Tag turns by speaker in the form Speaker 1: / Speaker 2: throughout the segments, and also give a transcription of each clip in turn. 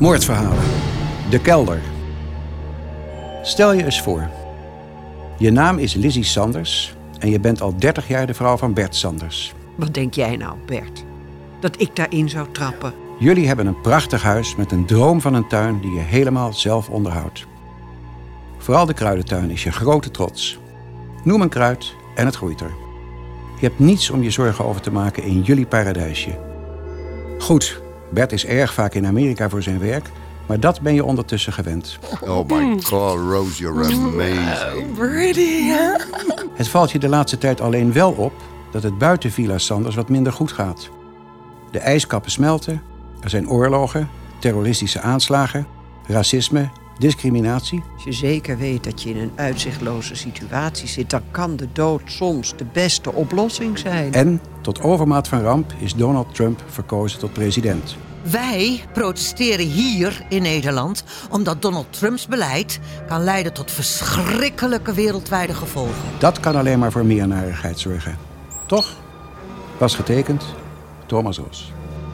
Speaker 1: Moordverhalen. De kelder. Stel je eens voor. Je naam is Lizzie Sanders en je bent al 30 jaar de vrouw van Bert Sanders.
Speaker 2: Wat denk jij nou, Bert? Dat ik daarin zou trappen?
Speaker 1: Jullie hebben een prachtig huis met een droom van een tuin die je helemaal zelf onderhoudt. Vooral de kruidentuin is je grote trots. Noem een kruid en het groeit er. Je hebt niets om je zorgen over te maken in jullie paradijsje. Goed, Bert is erg vaak in Amerika voor zijn werk, maar dat ben je ondertussen gewend.
Speaker 3: Oh my god, Rose, you're amazing.
Speaker 4: Pretty, hè?
Speaker 1: Het valt je de laatste tijd alleen wel op dat het buiten Villa Sanders wat minder goed gaat. De ijskappen smelten, er zijn oorlogen, terroristische aanslagen, racisme, discriminatie.
Speaker 2: Als je zeker weet dat je in een uitzichtloze situatie zit, dan kan de dood soms de beste oplossing zijn.
Speaker 1: En tot overmaat van ramp is Donald Trump verkozen tot president.
Speaker 4: Wij protesteren hier in Nederland omdat Donald Trumps beleid kan leiden tot verschrikkelijke wereldwijde gevolgen.
Speaker 1: Dat kan alleen maar voor meer narigheid zorgen. Toch? Was getekend, Thomas Ros.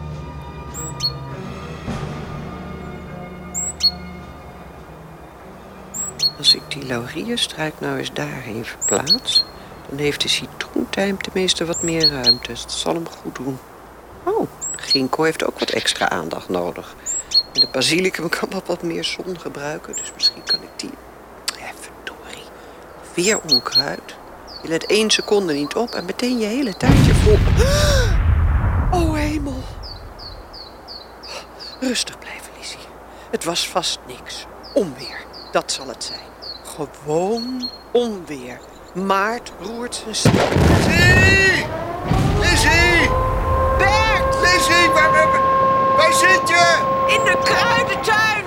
Speaker 2: Als ik die laurierstruik nou eens daarheen verplaats, dan heeft de citroentijm tenminste wat meer ruimte. Dus dat zal hem goed doen. Oh, de ginkgo heeft ook wat extra aandacht nodig. En de basilicum kan wat meer zon gebruiken, dus misschien kan ik die... verdorie. Weer onkruid. Je let 1 seconde niet op en meteen je hele tuintje vol. Oh, hemel. Rustig blijven, Lizzie. Het was vast niks. Onweer, dat zal het zijn. Gewoon onweer. Maart roert zijn stem.
Speaker 3: Lizzie! Lizzie!
Speaker 2: Bert!
Speaker 3: Lizzie, waar zit je?
Speaker 2: In de kruidentuin!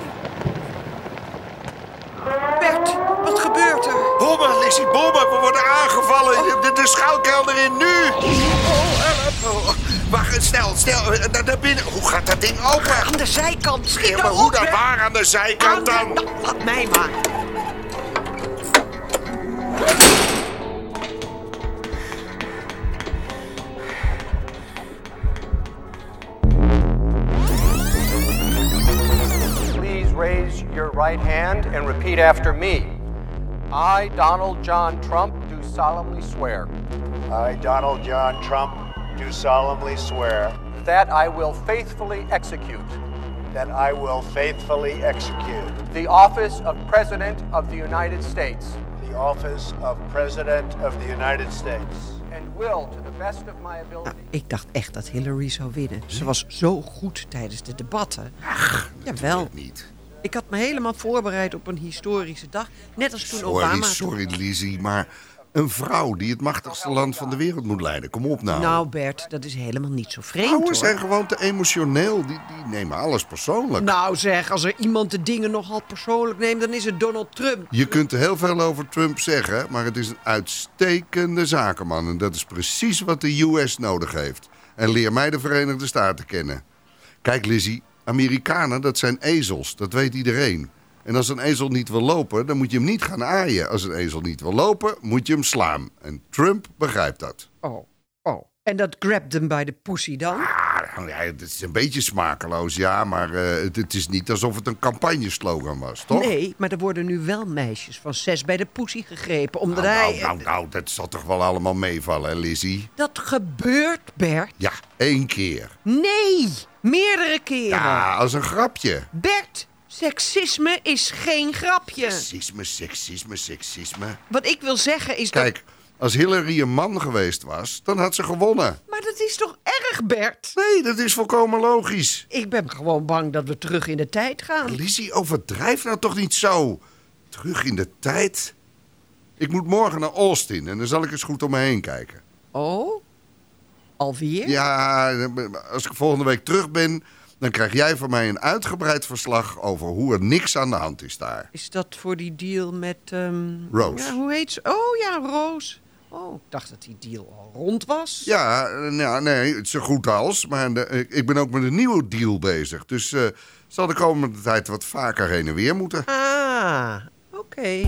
Speaker 2: Bert, wat gebeurt er?
Speaker 3: Bommen, Lizzie, bommen. We worden aangevallen. De schuilkelder in nu. Wacht, snel, naar binnen. Hoe gaat dat ding open?
Speaker 2: Aan de zijkant, schiet
Speaker 3: Ja, maar
Speaker 2: nou
Speaker 3: hoe
Speaker 2: op,
Speaker 3: dan?
Speaker 2: Bert.
Speaker 3: Waar aan de zijkant dan?
Speaker 2: Nou, laat mij maar.
Speaker 5: Please raise your right hand and repeat after me. I, Donald John Trump, do solemnly swear
Speaker 6: I, Donald John Trump, do solemnly swear
Speaker 5: that I will faithfully execute
Speaker 6: that I will faithfully execute
Speaker 5: the office of President of the United States
Speaker 6: the office of President of the United States
Speaker 5: and will, to the best of my ability...
Speaker 2: Ik dacht echt dat Hillary zou winnen. Ze was zo goed tijdens de debatten. Jawel.
Speaker 3: Niet.
Speaker 2: Ik had me helemaal voorbereid op een historische dag. Net als toen Obama...
Speaker 3: Sorry, Lizzie, maar een vrouw die het machtigste land van de wereld moet leiden. Kom op nou.
Speaker 2: Nou, Bert, dat is helemaal niet zo vreemd,
Speaker 3: Vrouwen
Speaker 2: hoor.
Speaker 3: zijn gewoon te emotioneel. Die nemen alles persoonlijk.
Speaker 2: Nou zeg, als er iemand de dingen nogal persoonlijk neemt, dan is het Donald Trump.
Speaker 3: Je kunt er heel veel over Trump zeggen, maar het is een uitstekende zakenman. En dat is precies wat de US nodig heeft. En leer mij de Verenigde Staten kennen. Kijk, Lizzie, Amerikanen, dat zijn ezels. Dat weet iedereen. En als een ezel niet wil lopen, dan moet je hem niet gaan aaien. Als een ezel niet wil lopen, moet je hem slaan. En Trump begrijpt dat.
Speaker 2: Oh. En dat grabbed hem bij de pussy dan?
Speaker 3: Nou ja, het is een beetje smakeloos, ja, maar het is niet alsof het een campagneslogan was, toch?
Speaker 2: Nee, maar er worden nu wel meisjes van 6 bij de pussy gegrepen, omdat hij...
Speaker 3: Nou, dat zal toch wel allemaal meevallen, hè, Lizzie?
Speaker 2: Dat gebeurt, Bert.
Speaker 3: Ja, 1 keer.
Speaker 2: Nee, meerdere keren.
Speaker 3: Ja, als een grapje.
Speaker 2: Bert, seksisme is geen grapje.
Speaker 3: Seksisme.
Speaker 2: Wat ik wil zeggen is dat...
Speaker 3: Kijk, als Hillary een man geweest was, dan had ze gewonnen.
Speaker 2: Maar dat is toch erg, Bert?
Speaker 3: Nee, dat is volkomen logisch.
Speaker 2: Ik ben gewoon bang dat we terug in de tijd gaan.
Speaker 3: Lizzie, overdrijf nou toch niet zo. Terug in de tijd? Ik moet morgen naar Austin en dan zal ik eens goed om me heen kijken.
Speaker 2: Oh? Alweer?
Speaker 3: Ja, als ik volgende week terug ben, dan krijg jij van mij een uitgebreid verslag over hoe er niks aan de hand is daar.
Speaker 2: Is dat voor die deal met...
Speaker 3: Rose.
Speaker 2: Ja, hoe heet ze? Oh ja, Rose. Oh, ik dacht dat die deal al rond was.
Speaker 3: Ja, nee, het is zo goed als. Maar ik ben ook met een nieuwe deal bezig. Dus zal de komende tijd wat vaker heen en weer moeten.
Speaker 2: Ah, oké.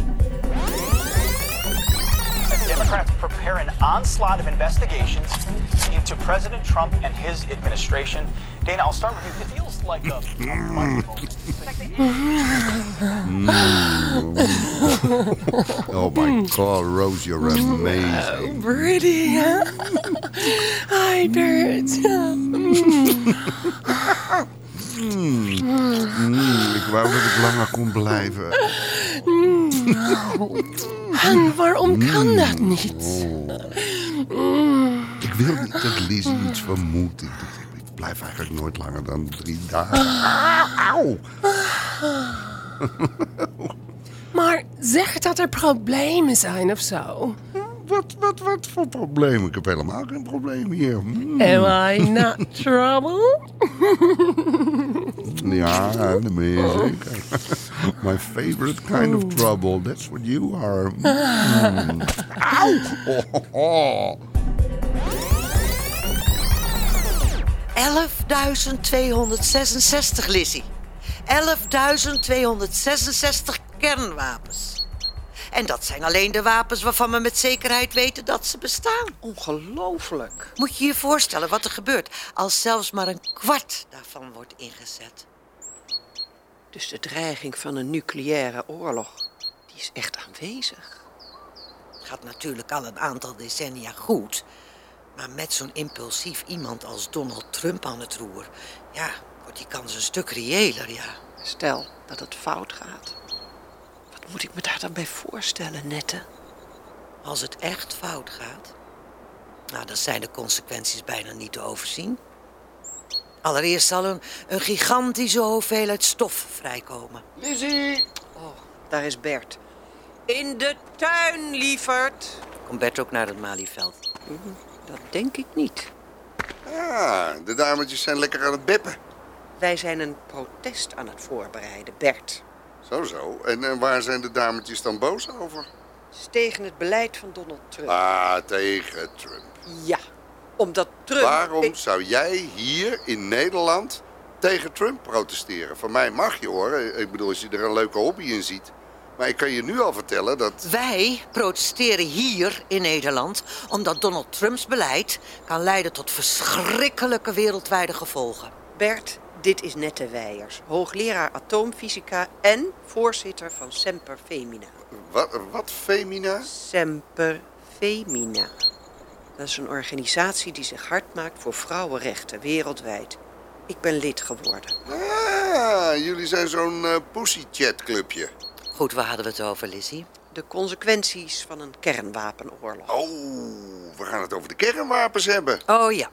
Speaker 7: Democrats prepare an onslaught of investigations into President Trump and his administration Dana, I'll start with you. It feels like a microphone.
Speaker 3: Oh my God, Rose, you're amazing.
Speaker 8: Pretty, huh? Hi, Bert.
Speaker 3: Ik wou dat ik langer kon blijven.
Speaker 8: En waarom kan dat niet?
Speaker 3: Ik wil niet dat Lizzie iets vermoedt. Ik blijf eigenlijk nooit langer dan 3 dagen. Auw!
Speaker 8: Maar zeg dat er problemen zijn of zo.
Speaker 3: Wat voor probleem? Ik heb helemaal geen probleem hier.
Speaker 8: Am I not trouble?
Speaker 3: Ja, dat ben je zeker. My favorite kind of trouble. That's what you are. Auw! Oh.
Speaker 4: 11.266, Lizzie. 11.266 kernwapens. En dat zijn alleen de wapens waarvan we met zekerheid weten dat ze bestaan.
Speaker 2: Ongelooflijk.
Speaker 4: Moet je je voorstellen wat er gebeurt als zelfs maar een kwart daarvan wordt ingezet.
Speaker 2: Dus de dreiging van een nucleaire oorlog, die is echt aanwezig.
Speaker 4: Het gaat natuurlijk al een aantal decennia goed. Maar met zo'n impulsief iemand als Donald Trump aan het roer... ja, wordt die kans een stuk reëler, ja.
Speaker 2: Stel dat het fout gaat. Wat moet ik me daar dan bij voorstellen, Nette?
Speaker 4: Als het echt fout gaat... nou, dan zijn de consequenties bijna niet te overzien. Allereerst zal een gigantische hoeveelheid stof vrijkomen.
Speaker 3: Lizzie!
Speaker 2: Oh, daar is Bert. In de tuin, lieverd.
Speaker 4: Komt Bert ook naar het Malieveld?
Speaker 2: Dat denk ik niet.
Speaker 3: Ah, de dametjes zijn lekker aan het beppen.
Speaker 2: Wij zijn een protest aan het voorbereiden, Bert.
Speaker 3: Zo. En waar zijn de dametjes dan boos over?
Speaker 2: Het is tegen het beleid van Donald Trump.
Speaker 3: Ah, tegen Trump.
Speaker 2: Ja, omdat Trump...
Speaker 3: Waarom zou jij hier in Nederland tegen Trump protesteren? Van mij mag je hoor. Ik bedoel, als je er een leuke hobby in ziet. Maar ik kan je nu al vertellen dat...
Speaker 4: Wij protesteren hier in Nederland omdat Donald Trumps beleid kan leiden tot verschrikkelijke wereldwijde gevolgen.
Speaker 2: Bert, dit is Nette Weijers, hoogleraar atoomfysica en voorzitter van Semper Femina.
Speaker 3: Wat Femina?
Speaker 2: Semper Femina. Dat is een organisatie die zich hard maakt voor vrouwenrechten wereldwijd. Ik ben lid geworden.
Speaker 3: Ah, jullie zijn zo'n pussychat-clubje.
Speaker 4: Goed, waar hadden we het over, Lizzie?
Speaker 2: De consequenties van een kernwapenoorlog.
Speaker 3: Oh, we gaan het over de kernwapens hebben.
Speaker 4: Oh ja.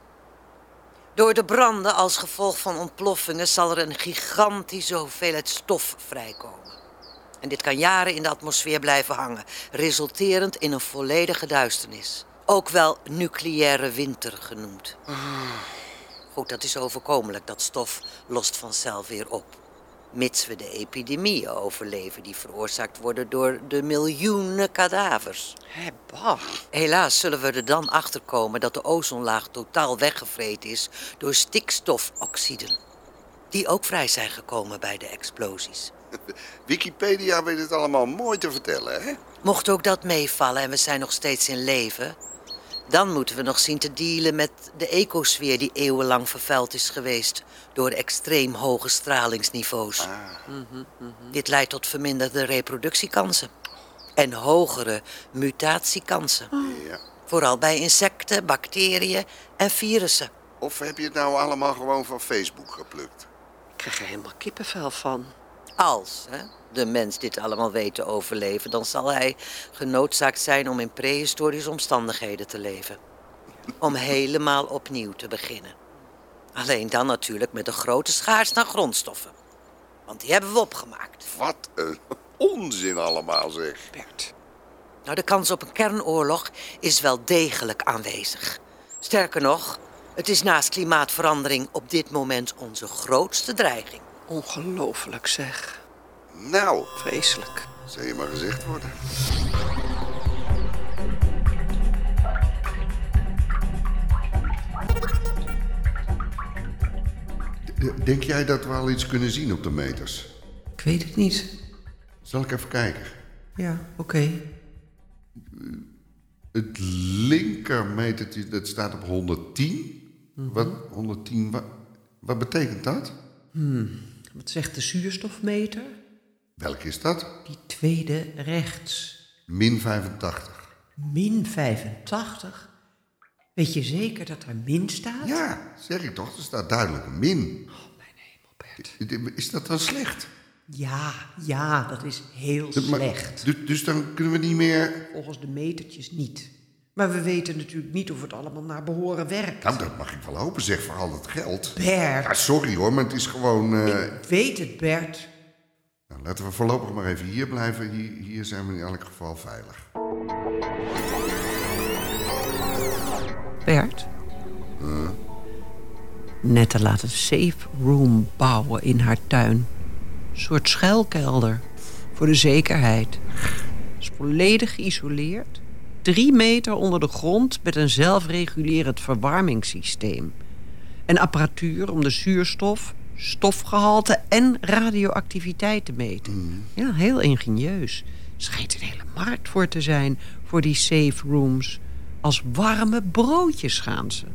Speaker 4: Door de branden als gevolg van ontploffingen zal er een gigantische hoeveelheid stof vrijkomen. En dit kan jaren in de atmosfeer blijven hangen, resulterend in een volledige duisternis. Ook wel nucleaire winter genoemd. Goed, dat is overkomelijk. Dat stof lost vanzelf weer op. Mits we de epidemieën overleven die veroorzaakt worden door de miljoenen kadavers.
Speaker 2: Hé, bah.
Speaker 4: Helaas zullen we er dan achter komen dat de ozonlaag totaal weggevreten is door stikstofoxiden. Die ook vrij zijn gekomen bij de explosies.
Speaker 3: Wikipedia weet het allemaal mooi te vertellen, hè?
Speaker 4: Mocht ook dat meevallen en we zijn nog steeds in leven... dan moeten we nog zien te dealen met de ecosfeer die eeuwenlang vervuild is geweest... door extreem hoge stralingsniveaus. Dit leidt tot verminderde reproductiekansen. En hogere mutatiekansen.
Speaker 3: Ja.
Speaker 4: Vooral bij insecten, bacteriën en virussen.
Speaker 3: Of heb je het nou allemaal gewoon van Facebook geplukt?
Speaker 2: Ik krijg er helemaal kippenvel van.
Speaker 4: Als de mens dit allemaal weet te overleven... dan zal hij genoodzaakt zijn om in prehistorische omstandigheden te leven. Om helemaal opnieuw te beginnen. Alleen dan natuurlijk met een grote schaars naar grondstoffen. Want die hebben we opgemaakt.
Speaker 3: Wat een onzin allemaal, zeg.
Speaker 2: Bert.
Speaker 4: Nou, de kans op een kernoorlog is wel degelijk aanwezig. Sterker nog, het is naast klimaatverandering op dit moment onze grootste dreiging.
Speaker 2: Ongelooflijk zeg.
Speaker 3: Nou,
Speaker 2: Vreselijk.
Speaker 3: zou je maar gezegd worden. Denk jij dat we al iets kunnen zien op de meters?
Speaker 1: Ik weet het niet.
Speaker 3: Zal ik even kijken?
Speaker 1: Ja, oké.
Speaker 3: Het linkermetertje, dat staat op 110. Wat? 110, Wat betekent dat?
Speaker 2: Wat zegt de zuurstofmeter?
Speaker 3: Welke is dat?
Speaker 2: Die tweede rechts.
Speaker 3: Min 85.
Speaker 2: Min 85? Weet je zeker dat er min staat?
Speaker 3: Ja, zeg ik toch. Er staat duidelijk een min.
Speaker 2: Oh, mijn hemel, Bert.
Speaker 3: Is dat dan slecht?
Speaker 2: Ja, dat is heel slecht.
Speaker 3: Dus dan kunnen we niet meer...
Speaker 2: Volgens de metertjes niet. Maar we weten natuurlijk niet of het allemaal naar behoren werkt.
Speaker 3: Nou, dat mag ik wel hopen, zeg, voor al dat geld.
Speaker 2: Bert.
Speaker 3: Ja, sorry hoor, maar het is gewoon...
Speaker 2: Ik weet het, Bert.
Speaker 3: Nou, laten we voorlopig maar even hier blijven. Hier zijn we in elk geval veilig.
Speaker 2: Bert? Nette laat een safe room bouwen in haar tuin. Een soort schuilkelder. Voor de zekerheid. Is volledig geïsoleerd. 3 meter onder de grond met een zelfregulerend verwarmingssysteem. En apparatuur om de zuurstof, stofgehalte en radioactiviteit te meten. Ja, heel ingenieus. Er schijnt een hele markt voor te zijn voor die safe rooms. Als warme broodjes gaan ze.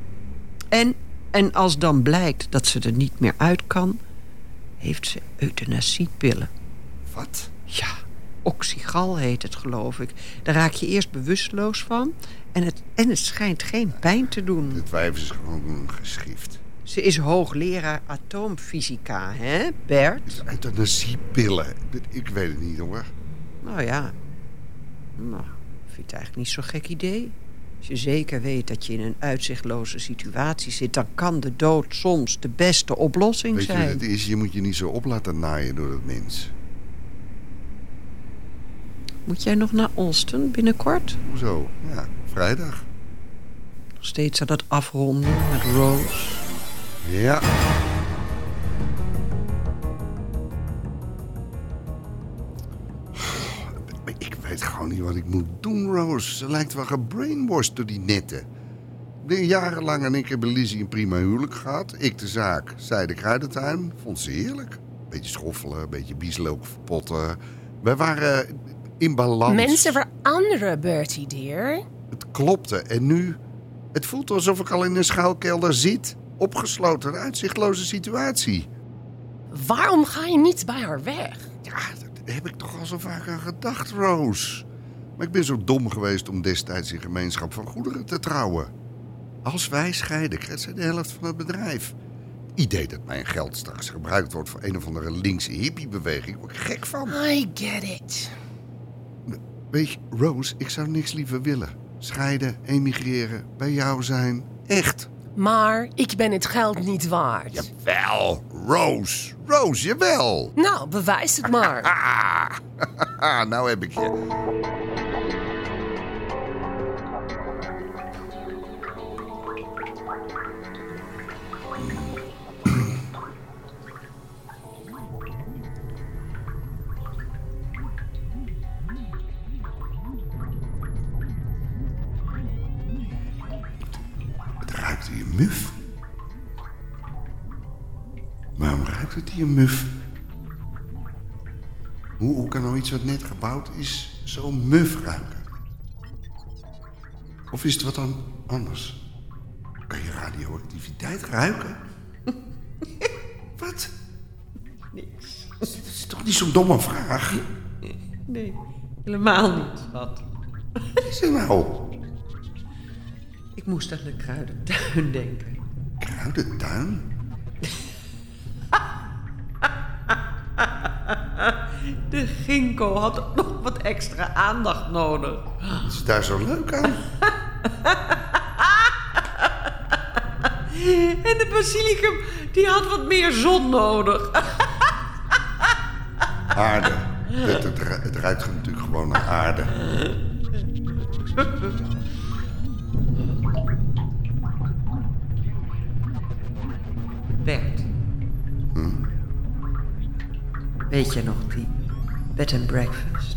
Speaker 2: En als dan blijkt dat ze er niet meer uit kan, heeft ze euthanasiepillen.
Speaker 3: Wat?
Speaker 2: Ja, oxygal heet het, geloof ik. Daar raak je eerst bewusteloos van. En het schijnt geen pijn te doen.
Speaker 3: Dit wijf is gewoon een geschift.
Speaker 2: Ze is hoogleraar atoomfysica, hè, Bert?
Speaker 3: Euthanasiepillen. Ik weet het niet, hoor.
Speaker 2: Nou ja. Nou, ik vind het eigenlijk niet zo'n gek idee. Als je zeker weet dat je in een uitzichtloze situatie zit, dan kan de dood soms de beste oplossing
Speaker 3: zijn.
Speaker 2: Weet
Speaker 3: je wat het is? Je moet je niet zo op laten naaien door dat mens.
Speaker 2: Moet jij nog naar Austin binnenkort?
Speaker 3: Hoezo? Ja, vrijdag.
Speaker 2: Nog steeds aan dat afronden met Rose.
Speaker 3: Ja. Ik weet gewoon niet wat ik moet doen, Rose. Ze lijkt wel gebrainwashed door die netten. Ik ben jarenlang en ik heb Lizzie een prima huwelijk gehad. Ik de zaak, zij de kruidentuin. Vond ze heerlijk. Beetje schoffelen, beetje bieslook verpotten. Wij waren in balans.
Speaker 8: Mensen veranderen, Bertie, dear.
Speaker 3: Het klopte en nu... Het voelt alsof ik al in een schuilkelder zit. Opgesloten, een uitzichtloze situatie.
Speaker 8: Waarom ga je niet bij haar weg?
Speaker 3: Ja, daar heb ik toch al zo vaak aan gedacht, Rose. Maar ik ben zo dom geweest om destijds in gemeenschap van goederen te trouwen. Als wij scheiden, krijgt zij de helft van het bedrijf. Idee dat mijn geld straks gebruikt wordt voor een of andere linkse hippiebeweging, word ik gek van.
Speaker 8: I get it.
Speaker 3: Weet je, Rose, ik zou niks liever willen. Scheiden, emigreren, bij jou zijn. Echt.
Speaker 8: Maar ik ben het geld niet waard.
Speaker 3: Jawel, Rose. Rose, jawel.
Speaker 8: Nou, bewijs het maar.
Speaker 3: Nou heb ik je. Ruikt hij een muf? Waarom ruikt het hier een muf? Hoe kan nou iets wat net gebouwd is zo muf ruiken? Of is het wat dan anders? Kan je radioactiviteit ruiken? Wat?
Speaker 2: Niks.
Speaker 3: Dat is toch niet zo'n domme vraag?
Speaker 2: Nee, helemaal niet, schat.
Speaker 3: Wat is er nou?
Speaker 2: Ik moest aan de kruidentuin denken.
Speaker 3: Kruidentuin?
Speaker 2: De ginkgo had nog wat extra aandacht nodig.
Speaker 3: Wat is daar zo leuk aan?
Speaker 2: En de basilicum, die had wat meer zon nodig.
Speaker 3: Aarde. Het ruikt natuurlijk gewoon naar aarde.
Speaker 2: Bert. Weet je nog die bed and breakfast?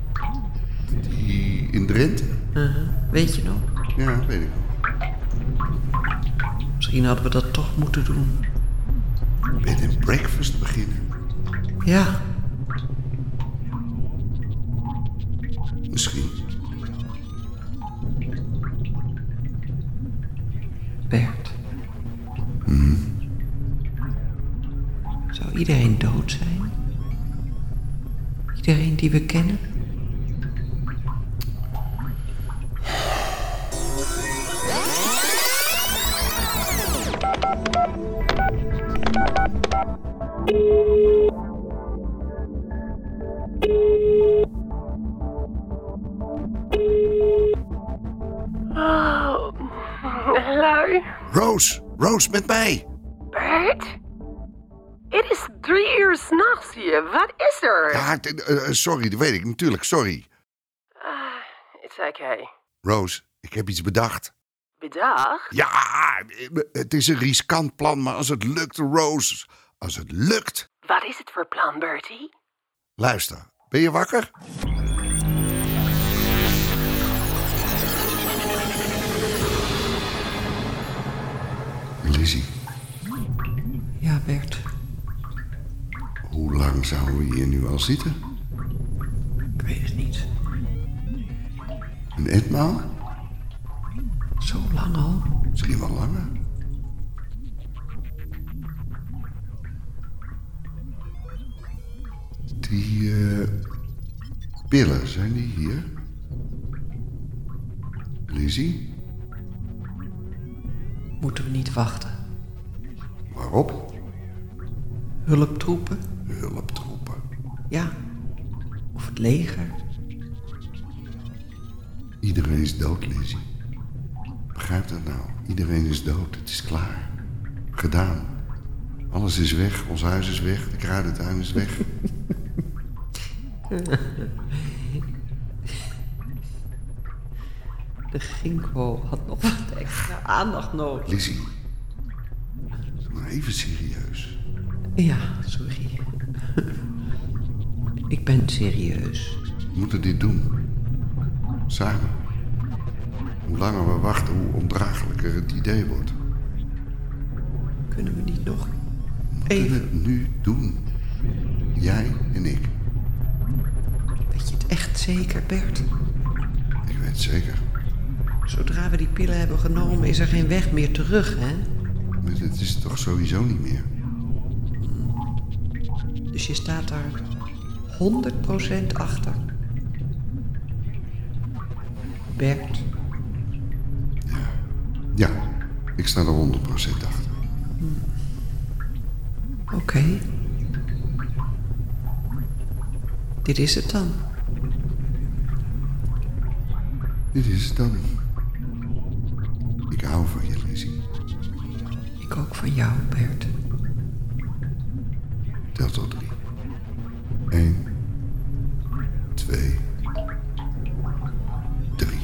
Speaker 3: Die in Drenthe?
Speaker 2: Weet je nog?
Speaker 3: Ja, weet ik nog.
Speaker 2: Misschien hadden we dat toch moeten doen.
Speaker 3: Bed and breakfast beginnen?
Speaker 2: Ja.
Speaker 3: Misschien.
Speaker 2: Bert. iedereen dood zijn? Iedereen die we kennen?
Speaker 8: Oh, hallo.
Speaker 3: Rose, met mij.
Speaker 8: Bert? Het is 3 uur 's nachts hier. Wat is er?
Speaker 3: Ja, sorry, dat weet ik natuurlijk, sorry.
Speaker 8: It's okay.
Speaker 3: Rose, ik heb iets bedacht.
Speaker 8: Bedacht?
Speaker 3: Ja, het is een riskant plan, maar als het lukt, Rose, als het lukt...
Speaker 8: Wat is het voor plan, Bertie?
Speaker 3: Luister, ben je wakker? Lizzie.
Speaker 2: Ja, Bert.
Speaker 3: Hoe lang zouden we hier nu al zitten?
Speaker 2: Ik weet het niet.
Speaker 3: Een etmaal?
Speaker 2: Zo lang al?
Speaker 3: Misschien wel langer. Die pillen, zijn die hier? Lizzie?
Speaker 2: Moeten we niet wachten?
Speaker 3: Waarop?
Speaker 2: Hulptroepen?
Speaker 3: Hulptroepen.
Speaker 2: Ja. Of het leger?
Speaker 3: Iedereen is dood, Lizzie. Begrijp dat nou? Iedereen is dood. Het is klaar. Gedaan. Alles is weg. Ons huis is weg. De kruidentuin is weg.
Speaker 2: De ginkgo had nog wat extra aandacht nodig.
Speaker 3: Lizzie. Zeg maar even serieus.
Speaker 2: Ja, sorry. Ik ben serieus.
Speaker 3: We moeten dit doen. Samen. Hoe langer we wachten, hoe ondraaglijker het idee wordt.
Speaker 2: Kunnen we niet nog
Speaker 3: We
Speaker 2: even...
Speaker 3: kunnen het nu doen. Jij en ik.
Speaker 2: Weet je het echt zeker, Bert?
Speaker 3: Ik weet het zeker.
Speaker 2: Zodra we die pillen hebben genomen, is er geen weg meer terug, hè?
Speaker 3: Maar het is toch sowieso niet meer.
Speaker 2: Dus je staat daar 100% achter. Bert?
Speaker 3: Ja, ik sta er 100% achter.
Speaker 2: Oké. Dit is het dan.
Speaker 3: Dit is het dan. Ik hou van je, Lizzie.
Speaker 2: Ik ook van jou, Bert.
Speaker 3: Tel tot 3. 1, 2, 3.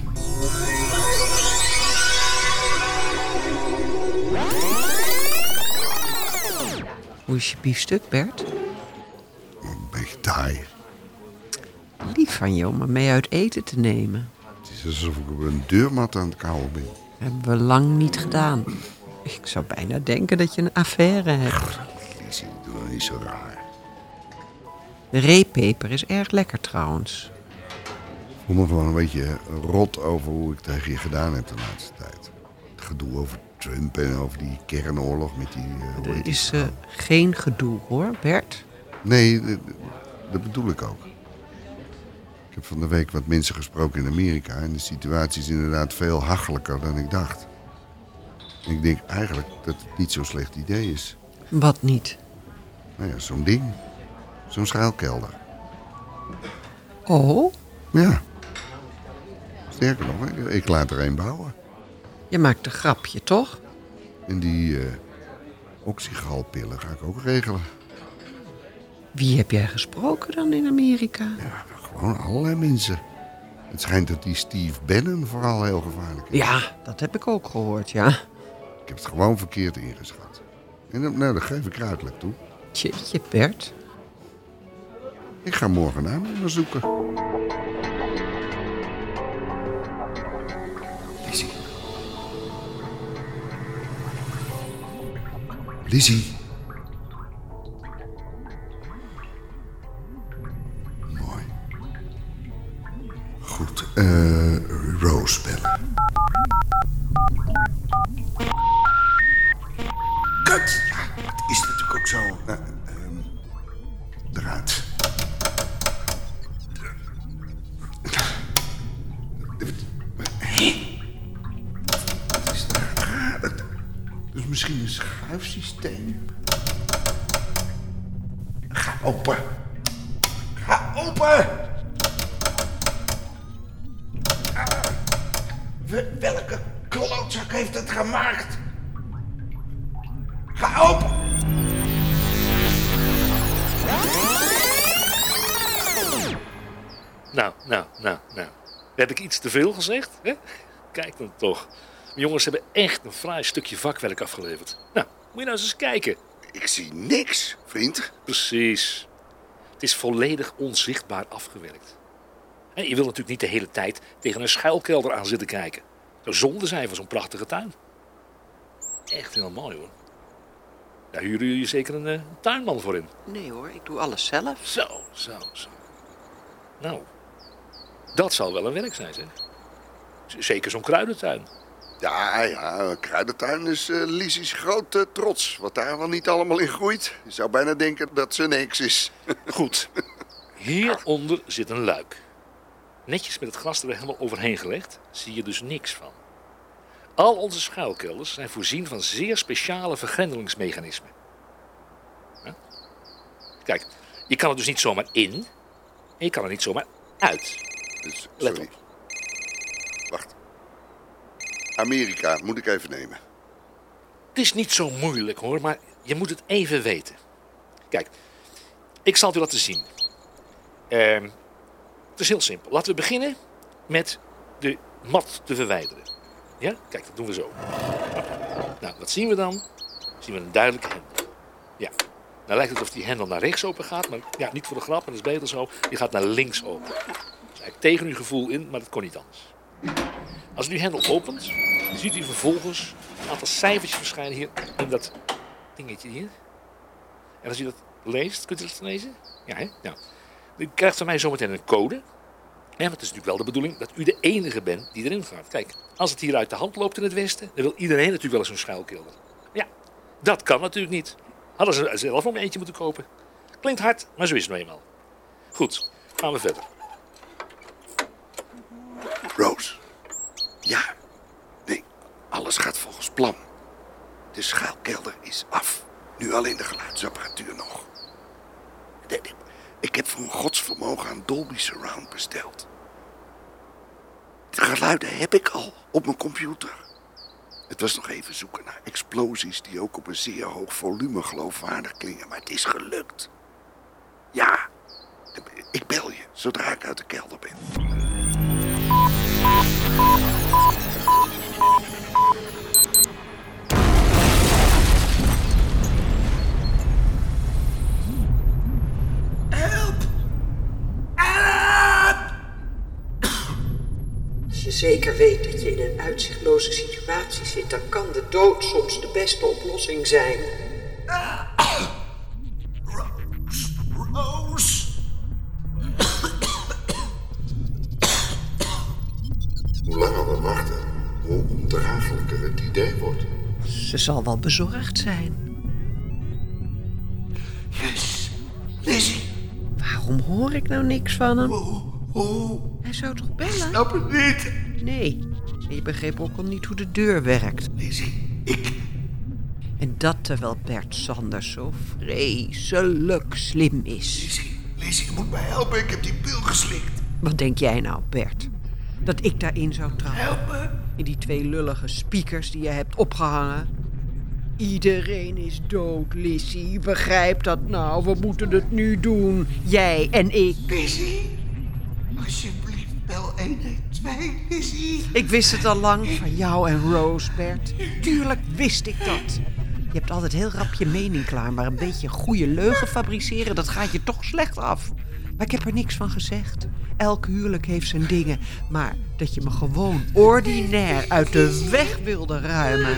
Speaker 2: Hoe is je biefstuk, Bert?
Speaker 3: Een beetje taai.
Speaker 2: Lief van je om me mee uit eten te nemen.
Speaker 3: Het is alsof ik op een deurmat aan het kauwen ben.
Speaker 2: Hebben we lang niet gedaan. Ik zou bijna denken dat je een affaire hebt.
Speaker 3: Lizzie, doe nou niet zo raar.
Speaker 2: De reepeper is erg lekker trouwens.
Speaker 3: Ik voel me gewoon een beetje rot over hoe ik tegen je gedaan heb de laatste tijd. Het gedoe over Trump en over die kernoorlog met die... hoe heet
Speaker 2: Er
Speaker 3: die
Speaker 2: is
Speaker 3: vrouw?
Speaker 2: geen gedoe hoor, Bert.
Speaker 3: Nee, dat bedoel ik ook. Ik heb van de week wat mensen gesproken in Amerika en de situatie is inderdaad veel hachelijker dan ik dacht. En ik denk eigenlijk dat het niet zo'n slecht idee is.
Speaker 2: Wat niet?
Speaker 3: Nou ja, zo'n ding. Zo'n schuilkelder.
Speaker 2: Oh,
Speaker 3: Ja. Sterker nog, ik laat er een bouwen.
Speaker 2: je maakt een grapje, toch?
Speaker 3: En die oxygalpillen ga ik ook regelen.
Speaker 2: Wie heb jij gesproken dan in Amerika?
Speaker 3: Ja, gewoon allerlei mensen. Het schijnt dat die Steve Bannon vooral heel gevaarlijk is.
Speaker 2: Ja, dat heb ik ook gehoord, ja.
Speaker 3: Ik heb het gewoon verkeerd ingeschat. En nou, dat geef ik ruidelijk toe.
Speaker 2: Jeetje, Bert.
Speaker 3: Ik ga morgen naar hem zoeken. Lizzie. Lizzie. Mooi. Goed, Rose bellen. Kut! Ja, het is natuurlijk ook zo. eruit. Wat is daar? Dus misschien een schuifsysteem. Ga open. Ga open! Welke klootzak heeft het gemaakt? Ga open!
Speaker 9: Nou. Heb ik iets te veel gezegd? Hè? Kijk dan toch. De jongens hebben echt een fraai stukje vakwerk afgeleverd. Nou, moet je nou eens kijken.
Speaker 3: Ik zie niks, vriend.
Speaker 9: Precies. Het is volledig onzichtbaar afgewerkt. En je wil natuurlijk niet de hele tijd tegen een schuilkelder aan zitten kijken. Zou zonde zijn van zo'n prachtige tuin. Echt heel mooi hoor. Daar huren jullie zeker een tuinman voor in.
Speaker 2: Nee hoor, ik doe alles zelf.
Speaker 9: Zo. Nou, dat zal wel een werk zijn, zeg. Zeker zo'n kruidentuin.
Speaker 3: Ja, een kruidentuin is Liesie's grote trots. Wat daar wel niet allemaal in groeit. Je zou bijna denken dat ze niks is.
Speaker 9: Goed. Hieronder zit een luik. Netjes met het gras er helemaal overheen gelegd, zie je dus niks van. Al onze schuilkelders zijn voorzien van zeer speciale vergrendelingsmechanismen. Ja? Kijk, je kan er dus niet zomaar in en je kan er niet zomaar uit.
Speaker 3: Dus,
Speaker 9: Let
Speaker 3: sorry.
Speaker 9: op.
Speaker 3: Wacht. Amerika, moet ik even nemen.
Speaker 9: Het is niet zo moeilijk hoor, maar je moet het even weten. Kijk, ik zal het u laten zien. Het is heel simpel. Laten we beginnen met de mat te verwijderen. Ja? Kijk, dat doen we zo. Nou, wat zien we dan? Zien we een duidelijke hendel. Ja. Nou lijkt het alsof die hendel naar rechts open gaat, maar ja, niet voor de grap, maar dat is beter zo. Die gaat naar links open. Dat is eigenlijk tegen uw gevoel in, maar dat kon niet anders. Als u die hendel opent, dan ziet u vervolgens een aantal cijfertjes verschijnen hier in dat dingetje hier. En als u dat leest, kunt u dat lezen? Ja, hè? Nou. U krijgt van mij zometeen een code. Ja, want het is natuurlijk wel de bedoeling dat u de enige bent die erin gaat. Kijk, als het hier uit de hand loopt in het Westen, dan wil iedereen natuurlijk wel eens zo'n schuilkelder. Ja, dat kan natuurlijk niet. Hadden ze zelf nog eentje moeten kopen. Klinkt hard, maar zo is het nou eenmaal. Goed, gaan we verder.
Speaker 3: Rose. Ja. Nee, alles gaat volgens plan. De schuilkelder is af. Nu alleen de geluidsapparatuur nog. Ik heb voor een godsvermogen aan Dolby Surround besteld. De geluiden heb ik al op mijn computer. Het was nog even zoeken naar explosies die ook op een zeer hoog volume geloofwaardig klingen, maar het is gelukt. Ja, ik bel je zodra ik uit de kelder ben.
Speaker 2: Als je zeker weet dat je in een uitzichtloze situatie zit, dan kan de dood soms de beste oplossing zijn.
Speaker 3: Rose! Hoe langer we wachten, hoe ondraaglijker het idee wordt.
Speaker 2: Ze zal wel bezorgd zijn.
Speaker 3: Yes, Lizzie.
Speaker 2: Waarom hoor ik nou niks van hem?
Speaker 3: Hoe?
Speaker 2: Hij zou toch bellen?
Speaker 3: Snap het niet.
Speaker 2: Nee, en je begreep ook al niet hoe de deur werkt.
Speaker 3: Lizzie, ik...
Speaker 2: En dat terwijl Bert Sanders zo vreselijk slim is.
Speaker 3: Lizzie, je moet mij helpen. Ik heb die pil geslikt.
Speaker 2: Wat denk jij nou, Bert? Dat ik daarin zou trappen?
Speaker 3: Helpen?
Speaker 2: In die 2 lullige speakers die je hebt opgehangen? Iedereen is dood, Lizzie. Begrijp dat nou. We moeten het nu doen. Jij en ik.
Speaker 3: Lizzie, alsjeblieft bel 112, Lizzie.
Speaker 2: Ik wist het al lang van jou en Rose, Bert. Tuurlijk wist ik dat. Je hebt altijd heel rap je mening klaar, maar een beetje een goede leugen fabriceren, dat gaat je toch slecht af. Maar ik heb er niks van gezegd. Elk huwelijk heeft zijn dingen, maar dat je me gewoon ordinair uit de weg wilde ruimen.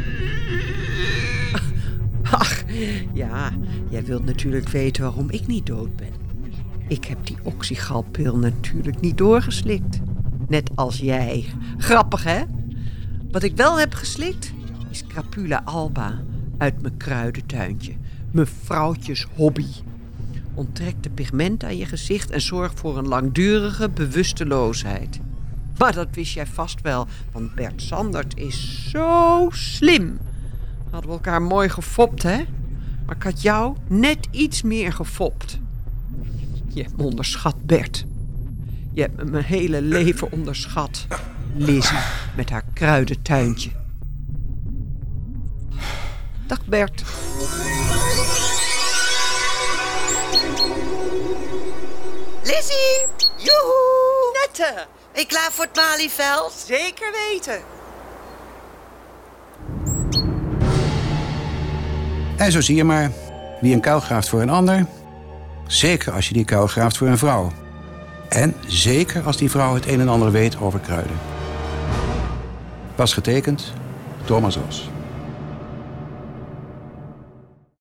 Speaker 2: Ach, ja, jij wilt natuurlijk weten waarom ik niet dood ben. Ik heb die oxygalpil natuurlijk niet doorgeslikt. Net als jij. Grappig, hè? Wat ik wel heb geslikt, is Crapula alba uit mijn kruidentuintje. Mijn vrouwtjes hobby. Onttrek de pigment aan je gezicht en zorg voor een langdurige bewusteloosheid. Maar dat wist jij vast wel, want Bert Sandert is zo slim. Hadden we elkaar mooi gefopt, hè? Maar ik had jou net iets meer gefopt. Je hebt me onderschat, Bert. Je hebt me mijn hele leven onderschat. Lizzie met haar kruidentuintje. Dag Bert.
Speaker 4: Lizzie! Joehoe!
Speaker 10: Nette!
Speaker 4: Ben je klaar voor het Malieveld?
Speaker 10: Zeker weten.
Speaker 1: En zo zie je maar, wie een kuil graaft voor een ander, zeker als je die kuil graaft voor een vrouw. En zeker als die vrouw het een en ander weet over kruiden. Pas getekend, Thomas Os.